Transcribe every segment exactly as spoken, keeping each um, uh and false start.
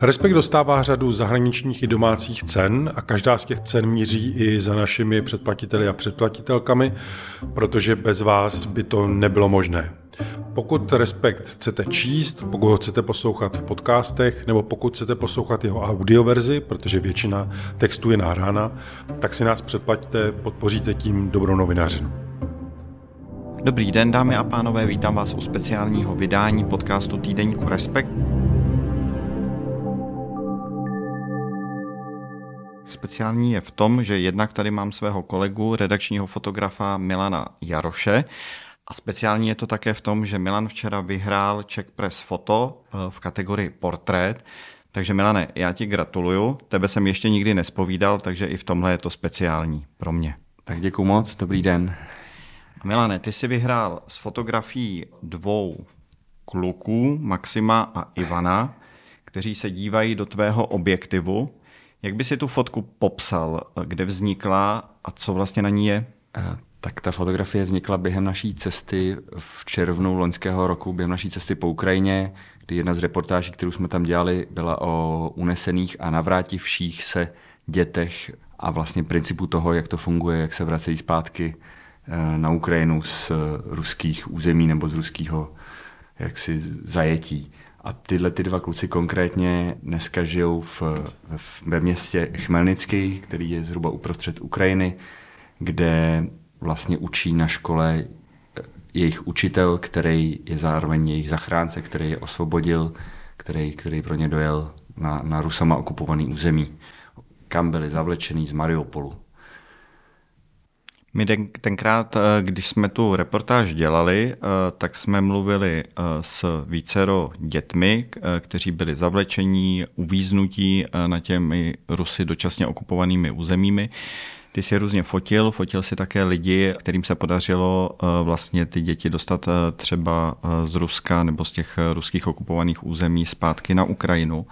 Respekt dostává řadu zahraničních i domácích cen a každá z těch cen míří i za našimi předplatiteli a předplatitelkami, protože bez vás by to nebylo možné. Pokud Respekt chcete číst, pokud ho chcete poslouchat v podcastech, nebo pokud chcete poslouchat jeho audioverzi, protože většina textů je nahrána, tak si nás předplaťte, podpoříte tím dobrou novinařinu. Dobrý den, dámy a pánové, vítám vás u speciálního vydání podcastu týdeníku Respekt. Speciální je v tom, že jednak tady mám svého kolegu, redakčního fotografa Milana Jaroše, a speciální je to také v tom, že Milan včera vyhrál Czech Press Photo v kategorii portrét. Takže Milane, já ti gratuluju, tebe jsem ještě nikdy nespovídal, takže i v tomhle je to speciální pro mě. Tak děkuju moc, dobrý den. Milane, ty jsi vyhrál s fotografií dvou kluků, Maxima a Ivana, kteří se dívají do tvého objektivu. Jak by si tu fotku popsal, kde vznikla a co vlastně na ní je? Tak ta fotografie vznikla během naší cesty v červnu loňského roku, během naší cesty po Ukrajině, kdy jedna z reportáží, kterou jsme tam dělali, byla o unesených a navrátivších se dětech a vlastně principu toho, jak to funguje, jak se vracejí zpátky na Ukrajinu z ruských území nebo z ruského jaksi zajetí. A tyhle ty dva kluci konkrétně dneska žijou v, v, ve městě Chmelnický, který je zhruba uprostřed Ukrajiny, kde vlastně učí na škole jejich učitel, který je zároveň jejich zachránce, který je osvobodil, který, který pro ně dojel na, na Rusama okupovaný území, kam byli zavlečený z Mariupolu. My tenkrát, když jsme tu reportáž dělali, tak jsme mluvili s vícero dětmi, kteří byli zavlečení, uvíznutí na těmi Rusy dočasně okupovanými územími. Ty si různě fotil, fotil si také lidi, kterým se podařilo vlastně ty děti dostat třeba z Ruska nebo z těch ruských okupovaných území zpátky na Ukrajinu.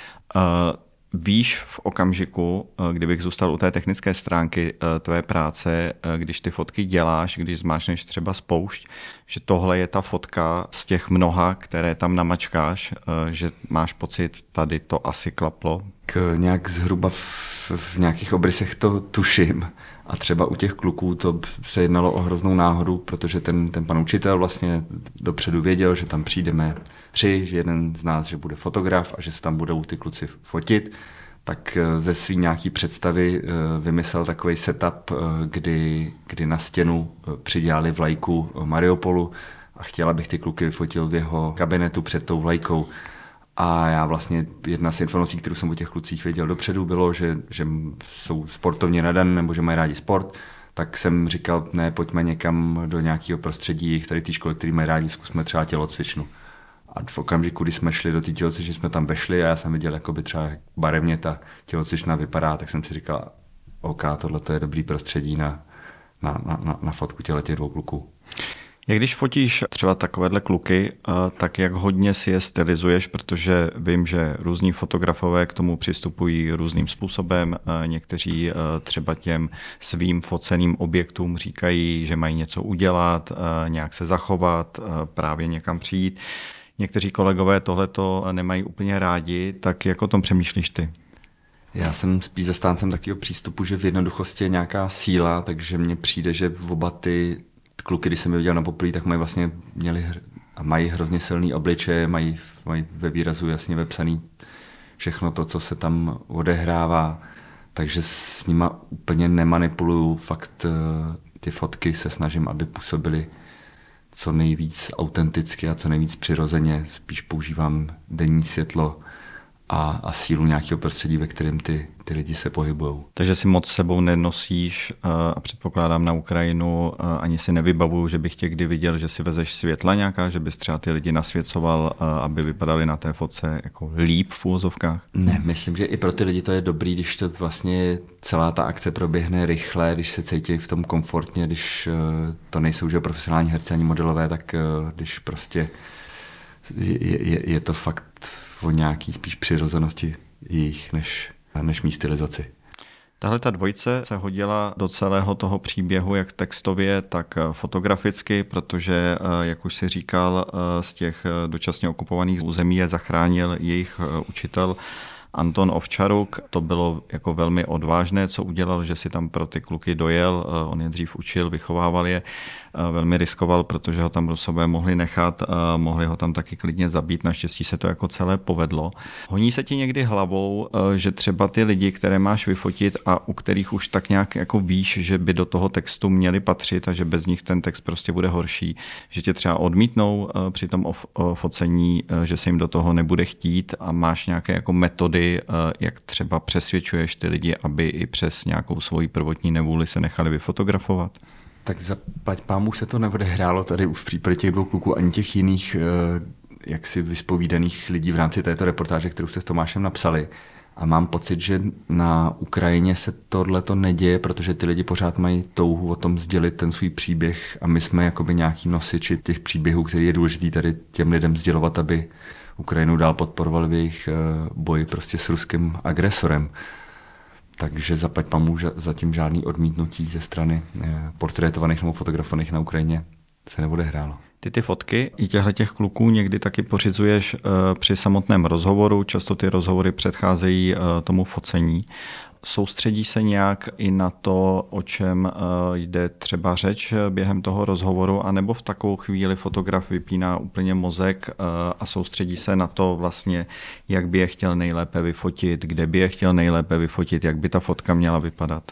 Víš v okamžiku, kdybych zůstal u té technické stránky tvé práce, když ty fotky děláš, když zmáčneš třeba spoušť, že tohle je ta fotka z těch mnoha, které tam namačkáš, že máš pocit, tady to asi klaplo? K nějak zhruba v, v nějakých obrysech to tuším. A třeba u těch kluků to se jednalo o hroznou náhodu, protože ten, ten pan učitel vlastně dopředu věděl, že tam přijdeme tři, že jeden z nás, že bude fotograf a že se tam budou ty kluci fotit. Tak ze svý nějaký představy vymyslel takový setup, kdy, kdy na stěnu přidělali vlajku Mariupolu a chtěl, abych ty kluky vyfotil v jeho kabinetu před tou vlajkou. A já vlastně jedna z informací, kterou jsem o těch klucích věděl dopředu, bylo, že, že jsou sportovně nadaný nebo že mají rádi sport, tak jsem říkal, ne, pojďme někam do nějakého prostředí, tady ty školy, které mají rádi, zkusme třeba tělocvičnu. A v okamžiku, kdy jsme šli do té tělocvičny, jsme tam vešli a já jsem viděl, jakoby třeba barevně ta tělocvična vypadá, tak jsem si říkal, OK, tohle je dobrý prostředí na, na, na, na fotku těch dvou kluků. Jak když fotíš třeba takovéhle kluky, tak jak hodně si je stylizuješ, protože vím, že různí fotografové k tomu přistupují různým způsobem. Někteří třeba těm svým foceným objektům říkají, že mají něco udělat, nějak se zachovat, právě někam přijít. Někteří kolegové tohleto nemají úplně rádi, tak jak o tom přemýšlíš ty? Já jsem spíš zastáncem takového přístupu, že v jednoduchosti je nějaká síla, takže mně přijde, že oba ty kluky, když jsem je viděl na poprvé, tak mají vlastně měli a mají hrozně silný obličeje, mají, mají ve výrazu jasně vepsaný všechno to, co se tam odehrává, takže s nima úplně nemanipuluju, fakt ty fotky se snažím, aby působily co nejvíc autenticky a co nejvíc přirozeně, spíš používám denní světlo a, a sílu nějakého prostředí, ve kterém ty, ty lidi se pohybujou. Takže si moc sebou nenosíš a předpokládám na Ukrajinu, ani si nevybavuju, že bych tě kdy viděl, že si vezeš světla nějaká, že bys třeba ty lidi nasvěcoval, aby vypadali na té fotce jako líp v úvozovkách? Ne, myslím, že i pro ty lidi to je dobrý, když to vlastně celá ta akce proběhne rychle, když se cítí v tom komfortně, když to nejsou že profesionální herci ani modelové, tak když prostě je, je, je to fakt o nějaký spíš přirozenosti jejich, než, než mý stylizaci. Tahle ta dvojice se hodila do celého toho příběhu jak textově, tak fotograficky, protože, jak už si říkal, z těch dočasně okupovaných území je zachránil jejich učitel Anton Ovčaruk. To bylo jako velmi odvážné, co udělal, že si tam pro ty kluky dojel. On je dřív učil, vychovával je, velmi riskoval, protože ho tam do sebe mohli nechat, mohli ho tam taky klidně zabít. Naštěstí se to jako celé povedlo. Honí se ti někdy hlavou, že třeba ty lidi, které máš vyfotit a u kterých už tak nějak jako víš, že by do toho textu měli patřit a že bez nich ten text prostě bude horší, že tě třeba odmítnou při tom focení, že se jim do toho nebude chtít a máš nějaké jako metody, jak třeba přesvědčuješ ty lidi, aby i přes nějakou svoji prvotní nevůli se nechali vyfotografovat? Tak zaplať pámu se to neodehrálo tady už v případě těch dvou kluků ani těch jiných jaksi vyspovídaných lidí v rámci této reportáže, kterou jste s Tomášem napsali. A mám pocit, že na Ukrajině se tohleto neděje, protože ty lidi pořád mají touhu o tom sdělit ten svůj příběh a my jsme jakoby nějaký nosiči těch příběhů, který je důležitý tady těm lidem sdělovat, aby Ukrajinu dál podporovali v jejich boji prostě s ruským agresorem. Takže zaplať pamu zatím žádný odmítnutí ze strany portrétovaných nebo fotografovaných na Ukrajině se neodehrálo. Ty ty fotky i těch kluků někdy taky pořizuješ při samotném rozhovoru, často ty rozhovory předcházejí tomu focení. Soustředí se nějak i na to, o čem jde třeba řeč během toho rozhovoru, anebo v takovou chvíli fotograf vypíná úplně mozek a soustředí se na to vlastně, jak by je chtěl nejlépe vyfotit, kde by je chtěl nejlépe vyfotit, jak by ta fotka měla vypadat?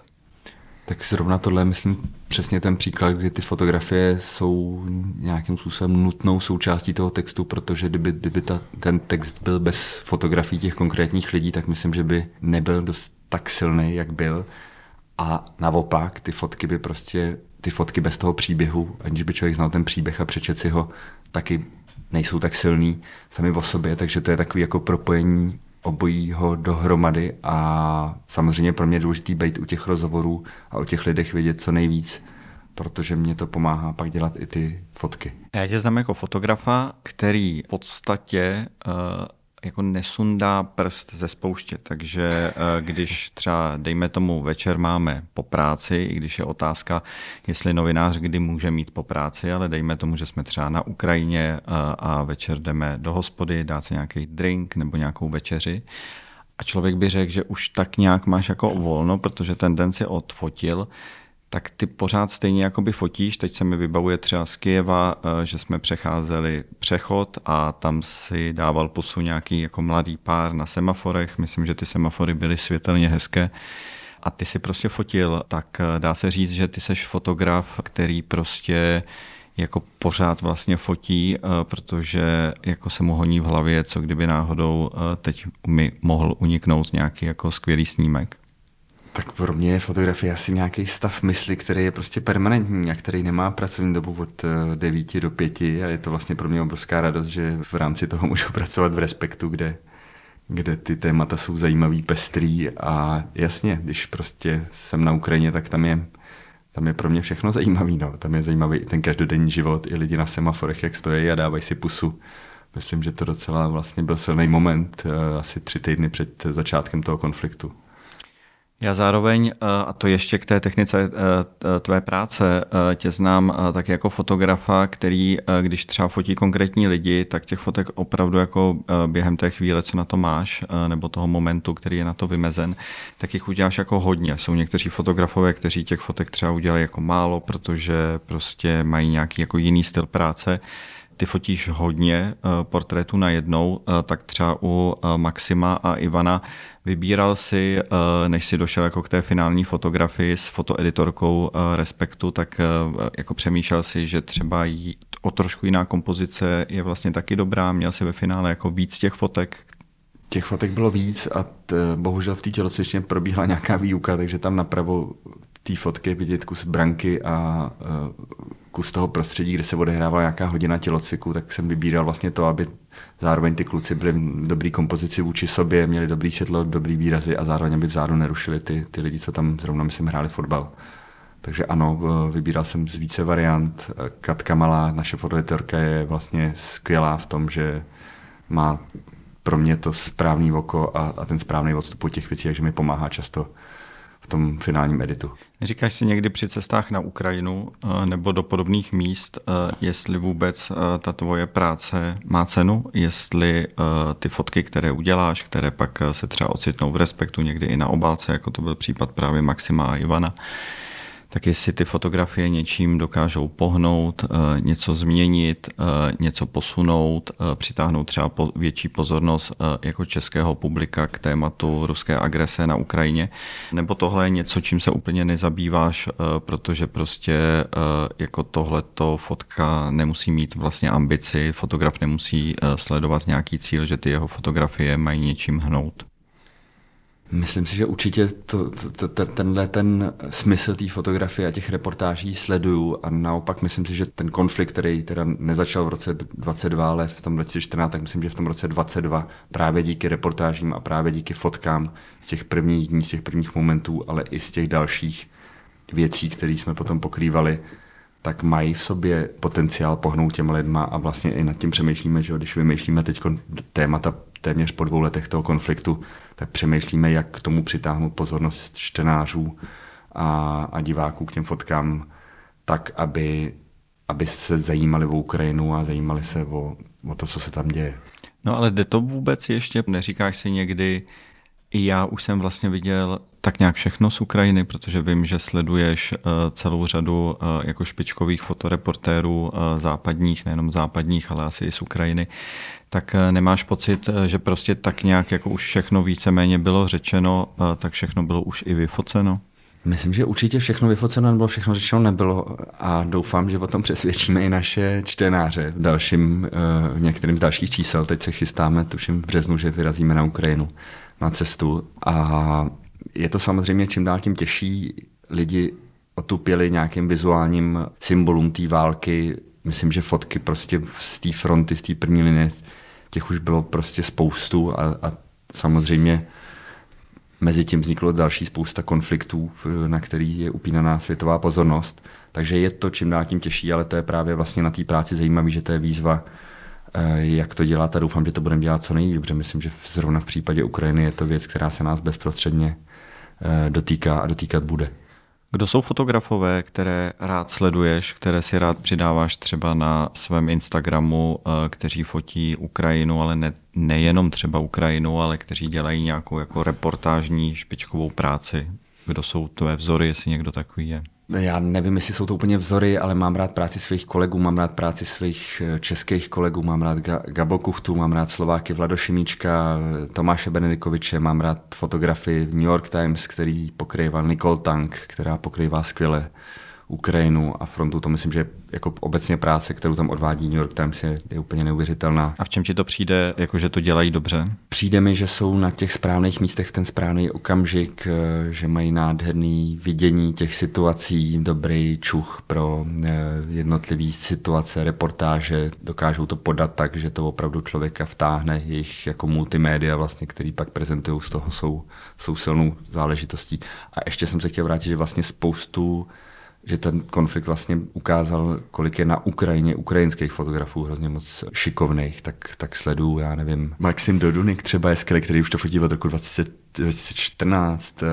Tak zrovna tohle je, myslím, přesně ten příklad, kdy ty fotografie jsou nějakým způsobem nutnou součástí toho textu, protože kdyby, kdyby ta, ten text byl bez fotografií těch konkrétních lidí, tak myslím, že by nebyl dost tak silný, jak byl. A naopak, ty fotky by prostě, ty fotky bez toho příběhu, aniž by člověk znal ten příběh a přečet si ho, taky nejsou tak silný sami o sobě, takže to je takový jako propojení obojího dohromady a samozřejmě pro mě je důležitý být u těch rozhovorů a o těch lidech vědět co nejvíc, protože mě to pomáhá pak dělat i ty fotky. Já tě znám jako fotografa, který v podstatě uh, jako nesundá prst ze spouště, takže uh, když třeba dejme tomu večer máme po práci, i když je otázka, jestli novinář kdy může mít po práci, ale dejme tomu, že jsme třeba na Ukrajině uh, a večer jdeme do hospody, dát si nějaký drink nebo nějakou večeři a člověk by řekl, že už tak nějak máš jako volno, protože ten den si odfotil, tak ty pořád stejně jakoby fotíš. Teď se mi vybavuje třeba z Kyjeva, že jsme přecházeli přechod a tam si dával pusu nějaký jako mladý pár na semaforech. Myslím, že ty semafory byly světelně hezké. A ty si prostě fotil, tak dá se říct, že ty seš fotograf, který prostě jako pořád vlastně fotí, protože jako se mu honí v hlavě, co kdyby náhodou teď mi mohl uniknout nějaký jako skvělý snímek. Tak pro mě je fotografie asi nějaký stav mysli, který je prostě permanentní a který nemá pracovní dobu od devíti do pěti a je to vlastně pro mě obrovská radost, že v rámci toho můžu pracovat v Respektu, kde, kde ty témata jsou zajímavý, pestrý a jasně, když prostě jsem na Ukrajině, tak tam je, tam je pro mě všechno zajímavý. No. Tam je zajímavý i ten každodenní život, i lidi na semaforech, jak stojí a dávají si pusu. Myslím, že to docela vlastně byl silný moment asi tři týdny před začátkem toho konfliktu. Já zároveň, a to ještě k té technice tvé práce, tě znám tak jako fotografa, který, když třeba fotí konkrétní lidi, tak těch fotek opravdu jako během té chvíle, co na to máš, nebo toho momentu, který je na to vymezen, tak jich uděláš jako hodně. Jsou někteří fotografové, kteří těch fotek třeba udělají jako málo, protože prostě mají nějaký jako jiný styl práce. Ty fotíš hodně portrétů najednou, tak třeba u Maxima a Ivana vybíral si, než si došel jako k té finální fotografii s fotoeditorkou Respektu, tak jako přemýšlel si, že třeba o trošku jiná kompozice je vlastně taky dobrá, měl si ve finále jako víc těch fotek. Těch fotek bylo víc a t, bohužel v té tělocvičně probíhala nějaká výuka, takže tam napravo té fotky vidět kus branky a kus toho prostředí, kde se odehrávala nějaká hodina tělocviku, tak jsem vybíral vlastně to, aby zároveň ty kluci byli v dobrý kompozici vůči sobě, měli dobrý světlo, dobrý výrazy a zároveň aby vzadu nerušili ty, ty lidi, co tam zrovna myslím hráli fotbal. Takže ano, vybíral jsem z více variant. Katka Malá, naše fotoeditorka, je vlastně skvělá v tom, že má pro mě to správný oko a, a ten správný odstup od těch věcí, takže mi pomáhá často v tom finálním editu. Říkáš si někdy při cestách na Ukrajinu nebo do podobných míst, jestli vůbec ta tvoje práce má cenu, jestli ty fotky, které uděláš, které pak se třeba ocitnou v Respektu, někdy i na obálce, jako to byl případ právě Maxima a Ivana, tak jestli ty fotografie něčím dokážou pohnout, něco změnit, něco posunout, přitáhnout třeba větší pozornost jako českého publika k tématu ruské agrese na Ukrajině, nebo tohle je něco, čím se úplně nezabýváš, protože prostě jako tohleto fotka nemusí mít vlastně ambici, fotograf nemusí sledovat nějaký cíl, že ty jeho fotografie mají něčím hnout. Myslím si, že určitě to, to, to, tenhle ten smysl té fotografie a těch reportáží sleduju a naopak myslím si, že ten konflikt, který teda nezačal v roce dvacet dva, ale v tom roce čtrnáct, tak myslím, že v tom roce dvacet dva právě díky reportážím a právě díky fotkám z těch prvních dní, z těch prvních momentů, ale i z těch dalších věcí, které jsme potom pokrývali, tak mají v sobě potenciál pohnout těma lidma a vlastně i nad tím přemýšlíme, že když vymýšlíme teď témata téměř po dvou letech toho konfliktu, tak přemýšlíme, jak k tomu přitáhnout pozornost čtenářů a, a diváků k těm fotkám, tak, aby, aby se zajímali o Ukrajinu a zajímali se o, o to, co se tam děje. No ale jde to vůbec ještě? Neříkáš si někdy, i já už jsem vlastně viděl tak nějak všechno z Ukrajiny, protože vím, že sleduješ celou řadu jako špičkových fotoreportérů západních, nejenom západních, ale asi i z Ukrajiny. Tak nemáš pocit, že prostě tak nějak jako už všechno víceméně bylo řečeno, tak všechno bylo už i vyfoceno? Myslím, že určitě všechno vyfoceno nebylo, všechno řečeno nebylo a doufám, že o tom přesvědčíme i naše čtenáře v dalším, v některým z dalších čísel. Teď se chystáme, tuším v březnu, že vyrazíme na Ukrajinu na cestu a je to samozřejmě čím dál tím těžší. Lidi otupěli nějakým vizuálním symbolům té války. Myslím, že fotky prostě z té fronty, z té první linie, těch už bylo prostě spoustu a, a samozřejmě mezi tím vzniklo další spousta konfliktů, na který je upínaná světová pozornost. Takže je to čím dál tím těžší, ale to je právě vlastně na té práci zajímavé, že to je výzva, jak to dělat a doufám, že to budeme dělat co nejlíp, protože myslím, že zrovna v případě Ukrajiny je to věc, která se nás bezprostředně dotýká a dotýkat bude. Kdo jsou fotografové, které rád sleduješ, které si rád přidáváš třeba na svém Instagramu, kteří fotí Ukrajinu, ale ne, nejenom třeba Ukrajinu, ale kteří dělají nějakou jako reportážní špičkovou práci? Kdo jsou tvé vzory, jestli někdo takový je? Já nevím, jestli jsou to úplně vzory, ale mám rád práci svých kolegů, mám rád práci svých českých kolegů, mám rád Gabo Kuchtu, mám rád Slováky Vlado Šimíčka, Tomáše Benedikoviče, mám rád fotografii New York Times, který pokrývá Nicole Tang, která pokrývá skvěle Ukrajinu a frontu. To myslím, že jako obecně práce, kterou tam odvádí New York Times, je, je úplně neuvěřitelná. A v čem ti to přijde, jako že to dělají dobře? Přijde mi, že jsou na těch správných místech v ten správný okamžik, že mají nádherný vidění těch situací, dobrý čuch pro jednotlivý situace, reportáže, dokážou to podat tak, že to opravdu člověka vtáhne, jejich jako multimédia vlastně, který pak prezentují z toho, jsou, jsou silnou záležitostí. A ještě jsem se chtěl vrátit, že vlastně spoustu že ten konflikt vlastně ukázal, kolik je na Ukrajině ukrajinských fotografů hrozně moc šikovných, tak, tak sleduju, já nevím, Maxim Dodunik třeba je skvělý, který už to fotí od roku dvacet čtrnáct,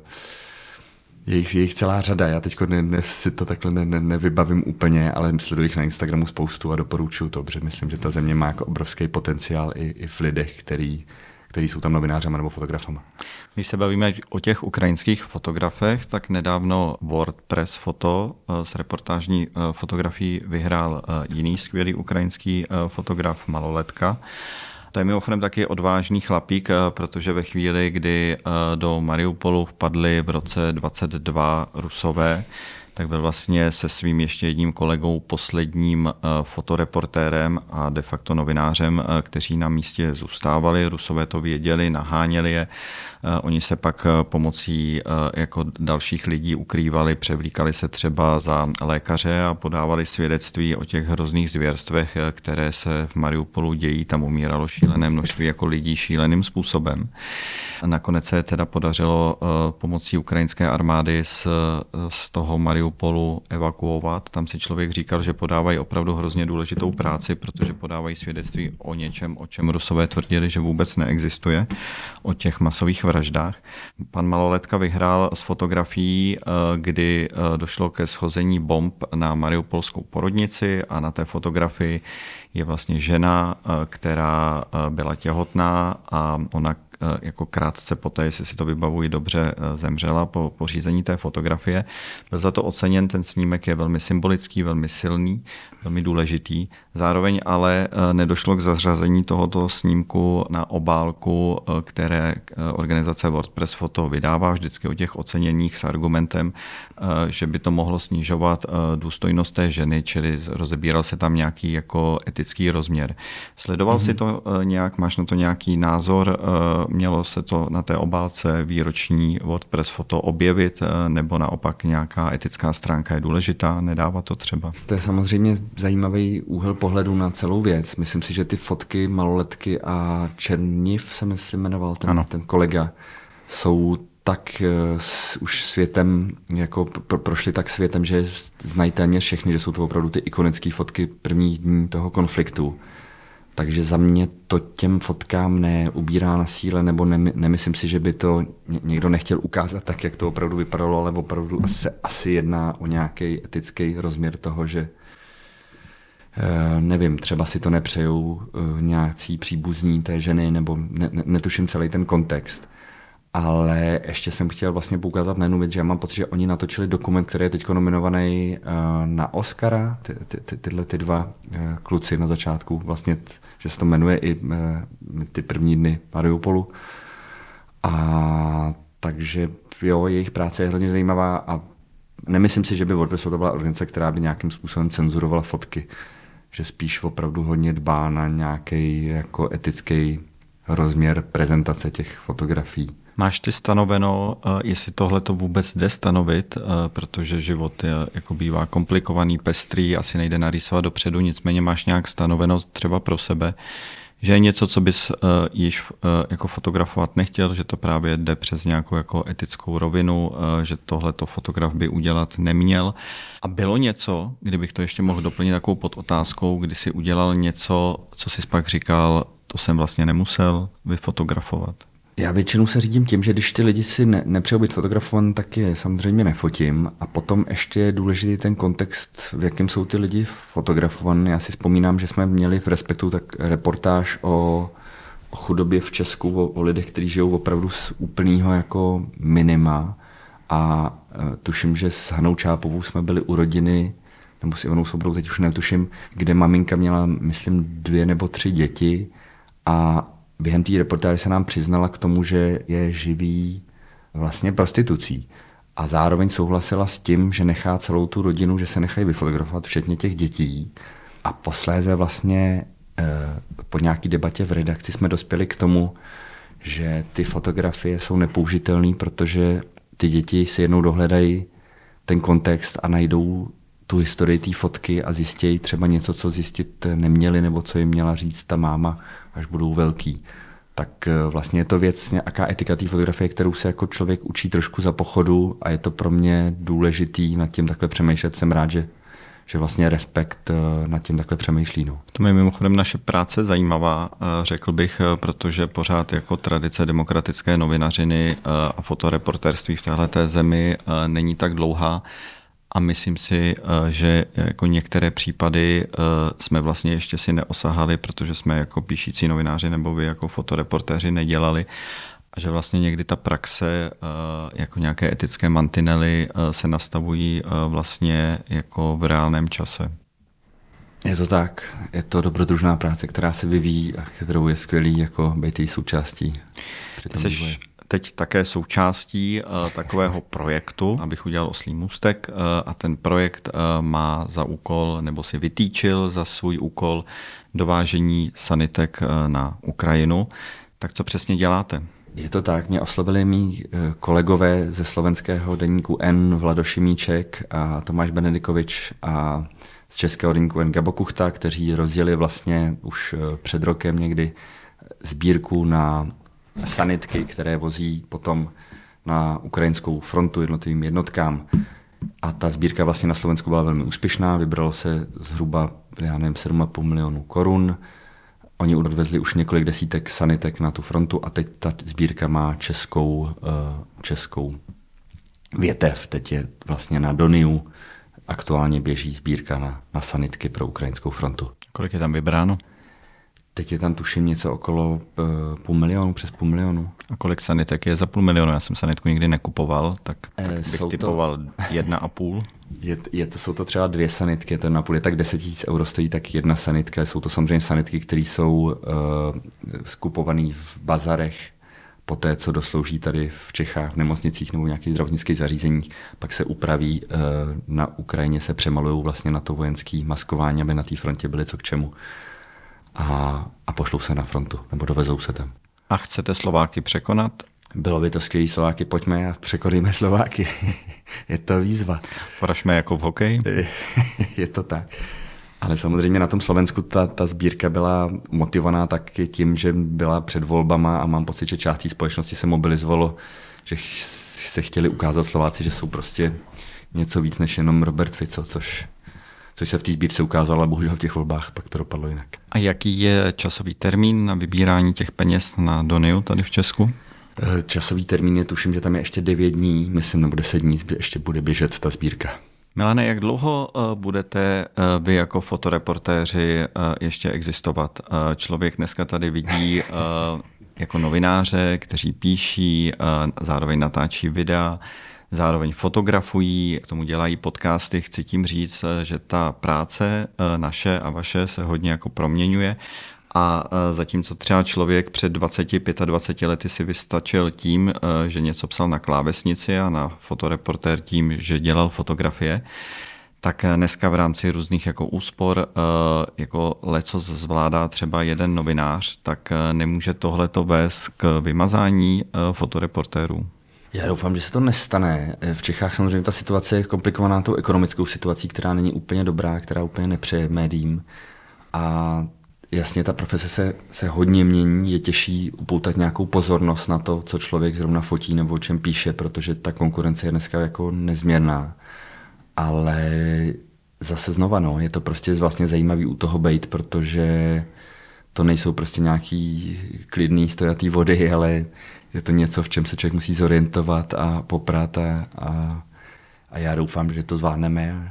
je jich, je jich celá řada, já teď ne, ne, si to takhle ne, ne, nevybavím úplně, ale sleduji jich na Instagramu spoustu a doporučuju to, protože myslím, že ta země má jako obrovský potenciál i, i v lidech, který který jsou tam novinářama nebo fotografama. Když se bavíme o těch ukrajinských fotografech, tak nedávno WordPress Foto s reportážní fotografií vyhrál jiný skvělý ukrajinský fotograf Maloletka. To je mimochodem taky odvážný chlapík, protože ve chvíli, kdy do Mariupolu vpadli v roce dvacet dva Rusové, tak byl vlastně se svým ještě jedním kolegou posledním fotoreportérem a de facto novinářem, kteří na místě zůstávali. Rusové to věděli, naháněli je. Oni se pak pomocí jako dalších lidí ukrývali, převlíkali se třeba za lékaře a podávali svědectví o těch hrozných zvěrstvech, které se v Mariupolu dějí. Tam umíralo šílené množství jako lidí šíleným způsobem. Nakonec se teda podařilo pomocí ukrajinské armády z, z toho Mariupolu Mariupolu evakuovat. Tam si člověk říkal, že podávají opravdu hrozně důležitou práci, protože podávají svědectví o něčem, o čem Rusové tvrdili, že vůbec neexistuje, o těch masových vraždách. Pan Maloletka vyhrál s fotografií, kdy došlo ke shození bomb na mariupolskou porodnici a na té fotografii je vlastně žena, která byla těhotná a ona jako krátce poté, jestli si to vybavuji dobře, zemřela po pořízení té fotografie. Byl za to oceněn, ten snímek je velmi symbolický, velmi silný, velmi důležitý. Zároveň ale nedošlo k zařazení tohoto snímku na obálku, které organizace WordPress Photo vydává vždycky o těch oceněních s argumentem, že by to mohlo snižovat důstojnost té ženy, čili rozebíral se tam nějaký jako etický rozměr. Sledoval mm-hmm. si to nějak, máš na to nějaký názor? Mělo se to na té obálce výroční WordPress Photo objevit, nebo naopak nějaká etická stránka je důležitá, nedává to třeba? To je samozřejmě zajímavý úhel pohledu na celou věc. Myslím si, že ty fotky Maloletky a Černiv se myslím jmenoval ten, ten kolega, jsou tak uh, už světem, jako pro, prošli tak světem, že znají téměř všechny, že jsou to opravdu ty ikonické fotky prvních dní toho konfliktu. Takže za mě to těm fotkám neubírá na síle, nebo ne, nemyslím si, že by to někdo nechtěl ukázat tak, jak to opravdu vypadalo, ale opravdu se asi jedná o nějaký etický rozměr toho, že nevím, třeba si to nepřejou nějací příbuzní té ženy, nebo ne, ne, netuším celý ten kontext. Ale ještě jsem chtěl vlastně poukázat na jednu věc, že já mám pocit, že oni natočili dokument, který je teď nominovaný na Oscara, ty, ty, ty, tyhle ty dva kluci na začátku, vlastně, že se to jmenuje i ty první dny Mariupolu. A takže jo, jejich práce je hrozně zajímavá a nemyslím si, že by WordPress to byla organizace, která by nějakým způsobem cenzurovala fotky, že spíš opravdu hodně dbá na nějaký jako etický rozměr prezentace těch fotografií. Máš ty stanoveno, jestli tohle to vůbec jde stanovit, protože život je, jako bývá komplikovaný, pestrý, asi nejde narýsovat dopředu, nicméně máš nějak stanoveno třeba pro sebe, že je něco, co bys již jako fotografovat nechtěl, že to právě jde přes nějakou jako etickou rovinu, že tohleto fotograf by udělat neměl. A bylo něco, kdybych to ještě mohl doplnit takovou podotázkou, kdy si udělal něco, co jsi pak říkal, to jsem vlastně nemusel vyfotografovat. Já většinou se řídím tím, že když ty lidi si ne, nepřejou být fotografovaný, tak je samozřejmě nefotím. A potom ještě je důležitý ten kontext, v jakém jsou ty lidi fotografovaní. Já si vzpomínám, že jsme měli v Respektu tak reportáž o, o chudobě v Česku, o, o lidech, kteří žijou opravdu z úplného jako minima. A e, tuším, že s Hanou Čápovou jsme byli u rodiny, nebo s Ivanou Sobrou, teď už netuším, kde maminka měla, myslím, dvě nebo tři děti a během té reportáže se nám přiznala k tomu, že je živý vlastně prostitucí. A zároveň souhlasila s tím, že nechá celou tu rodinu, že se nechají vyfotografovat, včetně těch dětí. A posléze vlastně eh, po nějaké debatě v redakci jsme dospěli k tomu, že ty fotografie jsou nepoužitelné, protože ty děti si jednou dohledají ten kontext a najdou tu historii té fotky a zjistějí třeba něco, co zjistit neměli, nebo co jim měla říct ta máma, až budou velký. Tak vlastně je to věc, nějaká etika té fotografie, kterou se jako člověk učí trošku za pochodu a je to pro mě důležitý nad tím takhle přemýšlet. Jsem rád, že, že vlastně Respekt nad tím takhle přemýšlí. No. To je mimochodem naše práce zajímavá, řekl bych, protože pořád jako tradice demokratické novinařiny a fotoreportérství v téhleté zemi není tak dlouhá. A myslím si, že jako některé případy jsme vlastně ještě si neosahali, protože jsme jako píšící novináři nebo vy jako fotoreportéři nedělali. A že vlastně někdy ta praxe, jako nějaké etické mantinely se nastavují vlastně jako v reálném čase. Je to tak. Je to dobrodružná práce, která se vyvíjí a kterou je skvělý jako být její součástí. Jseš teď také součástí uh, takového projektu, abych udělal oslí můstek, uh, a ten projekt uh, má za úkol, nebo si vytýčil za svůj úkol dovážení sanitek uh, na Ukrajinu. Tak co přesně děláte? Je to tak, mě oslovili mý kolegové ze slovenského deníku N, Vlado Šimíček a Tomáš Benedikovič a z českého deníku N Gabo Kuchta, kteří rozjeli vlastně už před rokem někdy sbírku na sanitky, které vozí potom na ukrajinskou frontu jednotlivým jednotkám. A ta sbírka vlastně na Slovensku byla velmi úspěšná, vybralo se zhruba, já nevím, sedm a půl milionu korun. Oni odvezli už několik desítek sanitek na tu frontu a teď ta sbírka má českou, českou větev. Teď je vlastně na Doniu. Aktuálně běží sbírka na, na sanitky pro ukrajinskou frontu. Kolik je tam vybráno? Teď je tam tuším něco okolo uh, půl milionu, přes půl milionu. A kolik sanitek je za půl milionu? Já jsem sanitku nikdy nekupoval, tak eh, bych typoval to... jedna a půl. Je, je to, jsou to třeba dvě sanitky, to na půl je tak deset tisíc euro stojí tak jedna sanitka. Jsou to samozřejmě sanitky, které jsou uh, skupované v bazarech, poté, co doslouží tady v Čechách, v nemocnicích nebo v nějakých zdravotnických zařízeních, pak se upraví, uh, na Ukrajině se přemalují vlastně na to vojenské maskování, aby na té frontě byly co k čemu. A, a pošlou se na frontu, nebo dovezou se tam. A chcete Slováky překonat? Bylo by to skvělý, Slováky, pojďme a překoníme Slováky. Je to výzva. Poražme jako v hokeji? Je to tak. Ale samozřejmě na tom Slovensku ta, ta sbírka byla motivovaná taky tím, že byla před volbama a mám pocit, že část té společnosti se mobilizovalo, že se chtěli ukázat Slováci, že jsou prostě něco víc než jenom Robert Fico, což... což se v té sbírce ukázalo, ale bohužel v těch volbách pak to dopadlo jinak. A jaký je časový termín na vybírání těch peněz na Doniu tady v Česku? Časový termín je, tuším, že tam je ještě devět dní, myslím, nebo deset dní, ještě bude běžet ta sbírka. Milane, jak dlouho budete vy jako fotoreportéři ještě existovat? Člověk dneska tady vidí jako novináře, kteří píší, zároveň natáčí videa, zároveň fotografují, k tomu dělají podcasty. Chci tím říct, že ta práce naše a vaše se hodně jako proměňuje a zatímco třeba člověk před dvaceti, dvaceti pěti lety si vystačil tím, že něco psal na klávesnici a na fotoreportér tím, že dělal fotografie, tak dneska v rámci různých jako úspor, jako lecos zvládá třeba jeden novinář, tak nemůže tohleto vést k vymazání fotoreportérů. Já doufám, že se to nestane. V Čechách samozřejmě ta situace je komplikovaná tou ekonomickou situací, která není úplně dobrá, která úplně nepřeje médiím. A jasně, ta profese se, se hodně mění, je těžší upoutat nějakou pozornost na to, co člověk zrovna fotí nebo o čem píše, protože ta konkurence je dneska jako nezměrná. Ale zase znova, no, je to prostě vlastně zajímavý u toho bejt, protože to nejsou prostě nějaký klidný stojatý vody, ale je to něco, v čem se člověk musí zorientovat a poprat a, a, a já doufám, že to zvládneme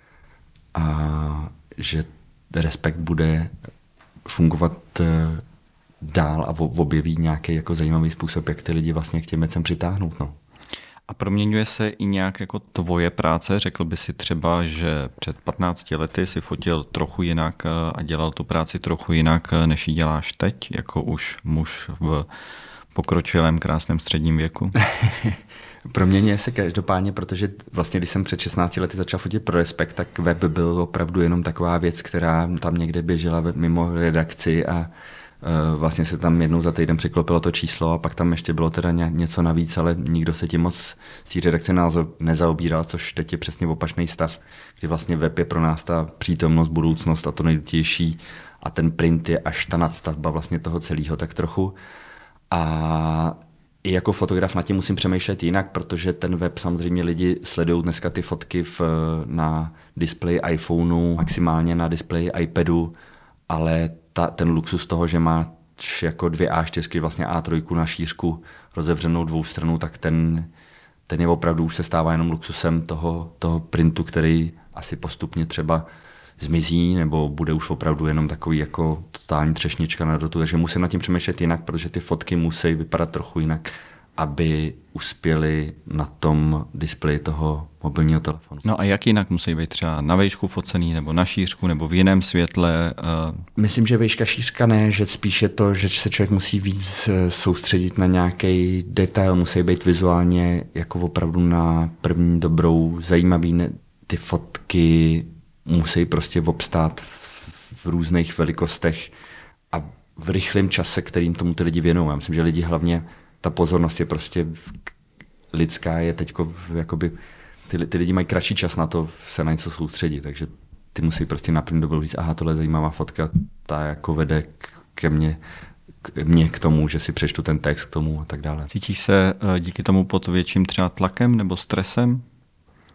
a že Respekt bude fungovat dál a objeví nějaký jako zajímavý způsob, jak ty lidi vlastně k těm věcem přitáhnout. No. A proměňuje se i nějak jako tvoje práce? Řekl by si třeba, že před patnácti lety si fotil trochu jinak a dělal tu práci trochu jinak, než ji děláš teď, jako už muž v pokročilém krásném středním věku? Proměňuje se každopádně, protože vlastně, když jsem před šestnácti lety začal fotit pro Respekt, tak web byl opravdu jenom taková věc, která tam někde běžela mimo redakci a uh, vlastně se tam jednou za týden přiklopilo to číslo a pak tam ještě bylo teda něco navíc, ale nikdo se tím moc z té redakce nezaobíral, což teď je přesně opačný stav, kdy vlastně web je pro nás ta přítomnost, budoucnost a to nejdůležitější a ten print je až ta nadstavba vlastně toho celého tak trochu. A i jako fotograf na tím musím přemýšlet jinak, protože ten web samozřejmě lidi sledují dneska ty fotky v, na displeji iPhoneu, maximálně na displeji iPadu, ale ta, ten luxus toho, že má jako dvě á čtyři, vlastně á tři na šířku rozevřenou dvou stranu, tak ten, ten je opravdu už se stává jenom luxusem toho, toho printu, který asi postupně třeba zmizí, nebo bude už opravdu jenom takový jako totální třešnička na dortu, takže musím nad tím přemýšlet jinak, protože ty fotky musí vypadat trochu jinak, aby uspěly na tom displeji toho mobilního telefonu. No a jak jinak musí být třeba na vejšku focený, nebo na šířku, nebo v jiném světle? Uh... Myslím, že vejška šířka ne, že spíš je to, že se člověk musí víc soustředit na nějaký detail, musí být vizuálně jako opravdu na první dobrou, zajímavý, ne, ty fotky musí prostě obstát v různých velikostech a v rychlém čase, kterým tomu ty lidi věnují. Já myslím, že lidi hlavně, ta pozornost je prostě lidská, je teďko jakoby, ty, ty lidi mají kratší čas na to se na něco soustředit, takže ty musí prostě na první dobu říct, aha, tohle je zajímavá fotka, ta jako vede ke mně, k mně k tomu, že si přečtu ten text k tomu a tak dále. Cítíš se díky tomu pod větším třeba tlakem nebo stresem?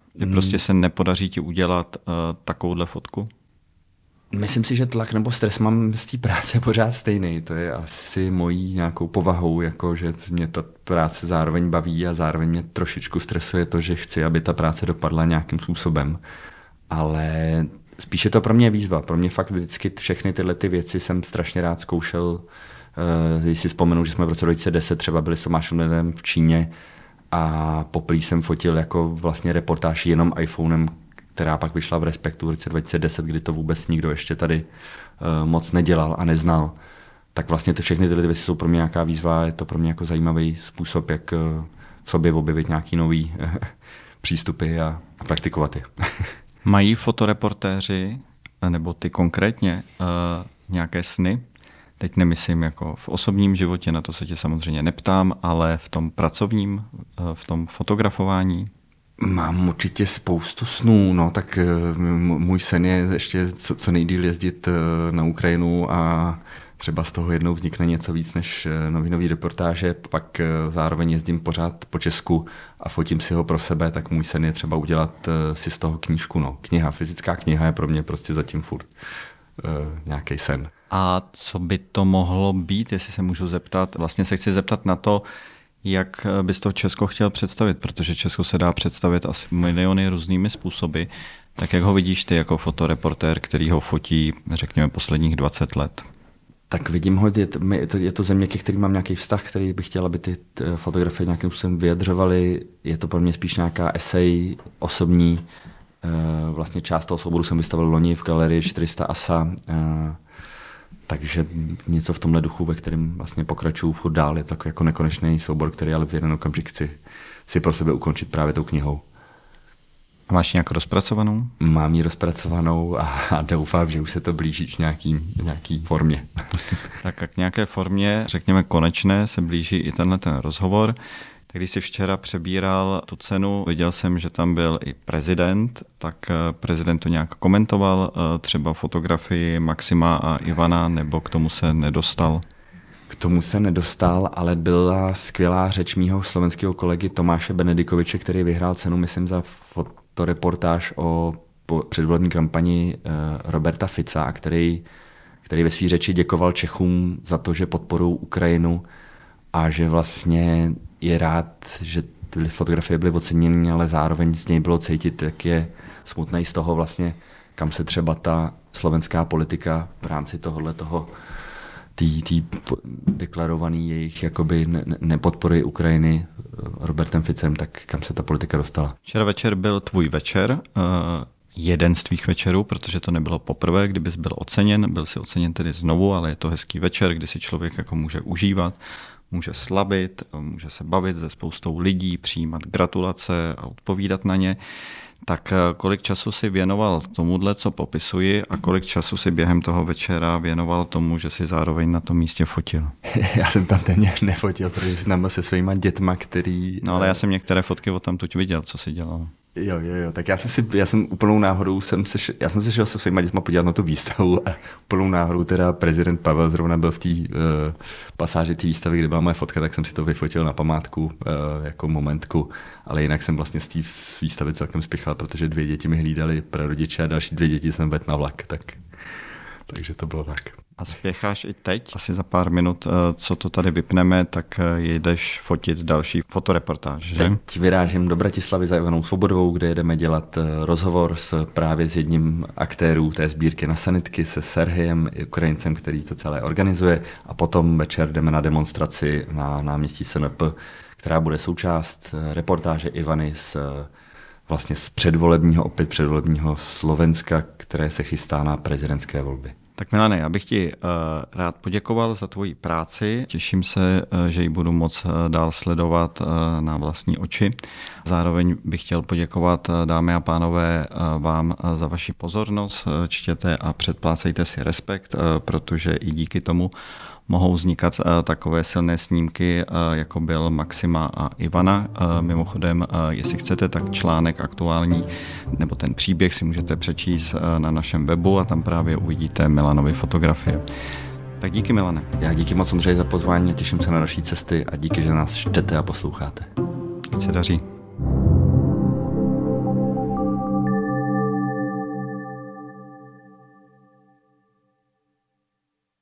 Že prostě se nepodaří ti udělat uh, takovouhle fotku? Myslím si, že tlak nebo stres mám z té práce pořád stejný. To je asi mojí nějakou povahou, jako že mě ta práce zároveň baví a zároveň mě trošičku stresuje to, že chci, aby ta práce dopadla nějakým způsobem. Ale spíše to pro mě výzva. Pro mě fakt vždycky všechny tyhle ty věci jsem strašně rád zkoušel. Když si vzpomenu, že jsme v roce dva tisíce deset třeba byli s Tomášem Lidem v Číně a poprvé jsem fotil jako vlastně reportáž jenom iPhonem, která pak vyšla v Respektu v roce dva tisíce deset, kdy to vůbec nikdo ještě tady uh, moc nedělal a neznal. Tak vlastně ty všechny tyhle věci jsou pro mě nějaká výzva, je to pro mě jako zajímavý způsob, jak uh, v sobě objevit nějaký nový uh, přístupy a, a praktikovat je. Mají fotoreportéři, nebo ty konkrétně, uh, nějaké sny? Teď nemyslím jako v osobním životě, na to se tě samozřejmě neptám, ale v tom pracovním, uh, v tom fotografování? Mám určitě spoustu snů, no tak můj sen je ještě co, co nejdýl jezdit na Ukrajinu a třeba z toho jednou vznikne něco víc než novinový reportáže, pak zároveň jezdím pořád po Česku a fotím si ho pro sebe, tak můj sen je třeba udělat si z toho knížku, no. Kniha, fyzická kniha je pro mě prostě zatím furt uh, nějaký sen. A co by to mohlo být, jestli se můžu zeptat? Vlastně se chci zeptat na to, jak bys to Česko chtěl představit, protože Česko se dá představit asi miliony různými způsoby. Tak jak ho vidíš ty jako fotoreportér, který ho fotí, řekněme, posledních dvacet let? Tak vidím ho, je to, je to země, ke který mám nějaký vztah, který bych chtěl, aby ty fotografie nějakým způsobem vyjadřovaly. Je to pro mě spíš nějaká esej osobní. Vlastně část toho souboru jsem vystavil loni v galerii čtyři sta A S A. Takže něco v tomhle duchu, ve kterém vlastně pokračuju furt dál, je takový jako nekonečný soubor, který ale v jeden okamžik chci si pro sebe ukončit právě tou knihou. A máš nějak rozpracovanou? Mám ji rozpracovanou a doufám, že už se to blíží k nějaký, nějaký formě. Tak a k nějaké formě, řekněme konečné, se blíží i tenhle ten rozhovor. Tak když jsi včera přebíral tu cenu, viděl jsem, že tam byl i prezident, tak prezident to nějak komentoval, třeba fotografii Maxima a Ivana, nebo k tomu se nedostal? K tomu se nedostal, ale byla skvělá řeč mýho slovenského kolegy Tomáše Benedikoviče, který vyhrál cenu, myslím, za fotoreportáž o předvolební kampani Roberta Fica, který, který ve své řeči děkoval Čechům za to, že podporují Ukrajinu a že vlastně je rád, že ty fotografie byly oceněny, ale zároveň z něj bylo cítit, jak je smutnej z toho vlastně, kam se třeba ta slovenská politika v rámci tohohle toho tý, tý deklarovaný jejich jakoby ne, nepodpory Ukrajiny Robertem Ficem, tak kam se ta politika dostala. Včera večer byl tvůj večer, uh, jeden z tvých večerů, protože to nebylo poprvé, kdybys byl oceněn, byl si oceněn tedy znovu, ale je to hezký večer, kdy si člověk jako může užívat, může slavit, může se bavit se spoustou lidí, přijímat gratulace a odpovídat na ně. Tak kolik času si věnoval tomuhle, co popisuji, a kolik času si během toho večera věnoval tomu, že si zároveň na tom místě fotil? Já jsem tam téměř nefotil, protože jsem tam byl se svýma dětma, který... No ale já jsem některé fotky od tam tuď viděl, co si dělal. Jo, jo, jo, tak já jsem si, já jsem úplnou náhodou, jsem se, já jsem se šel se svýma dětma podívat na tu výstavu a úplnou náhodou teda prezident Pavel zrovna byl v té uh, pasáži té výstavy, kde byla moje fotka, tak jsem si to vyfotil na památku uh, jako momentku, ale jinak jsem vlastně z té výstavy celkem spěchal, protože dvě děti mi hlídali prarodiče a další dvě děti jsem vedl na vlak, tak, takže to bylo tak. A spěcháš i teď? Asi za pár minut, co to tady vypneme, tak jedeš fotit další fotoreportáž, že? Teď vyrážím do Bratislavy za Ivanou Svobodovou, kde jedeme dělat rozhovor s právě s jedním aktérů té sbírky na sanitky, se Serhejem, Ukrajincem, který to celé organizuje, a potom večer jdeme na demonstraci na náměstí S N P, která bude součást reportáže Ivany z vlastně z předvolebního, opět předvolebního Slovenska, které se chystá na prezidentské volby. Tak Milane, já bych ti uh, rád poděkoval za tvoji práci. Těším se, uh, že ji budu moc uh, dál sledovat uh, na vlastní oči. Zároveň bych chtěl poděkovat, uh, dámy a pánové, uh, vám uh, za vaši pozornost. Uh, čtěte a předplácejte si Respekt, uh, protože i díky tomu mohou vznikat uh, takové silné snímky, uh, jako byl Maxima a Ivana. Uh, mimochodem, uh, jestli chcete, tak článek aktuální, nebo ten příběh si můžete přečíst uh, na našem webu a tam právě uvidíte Milanovy fotografie. Tak díky, Milane. Já díky moc, Ondřej, za pozvání, těším se na další cesty a díky, že nás čtete a posloucháte. Ať se daří.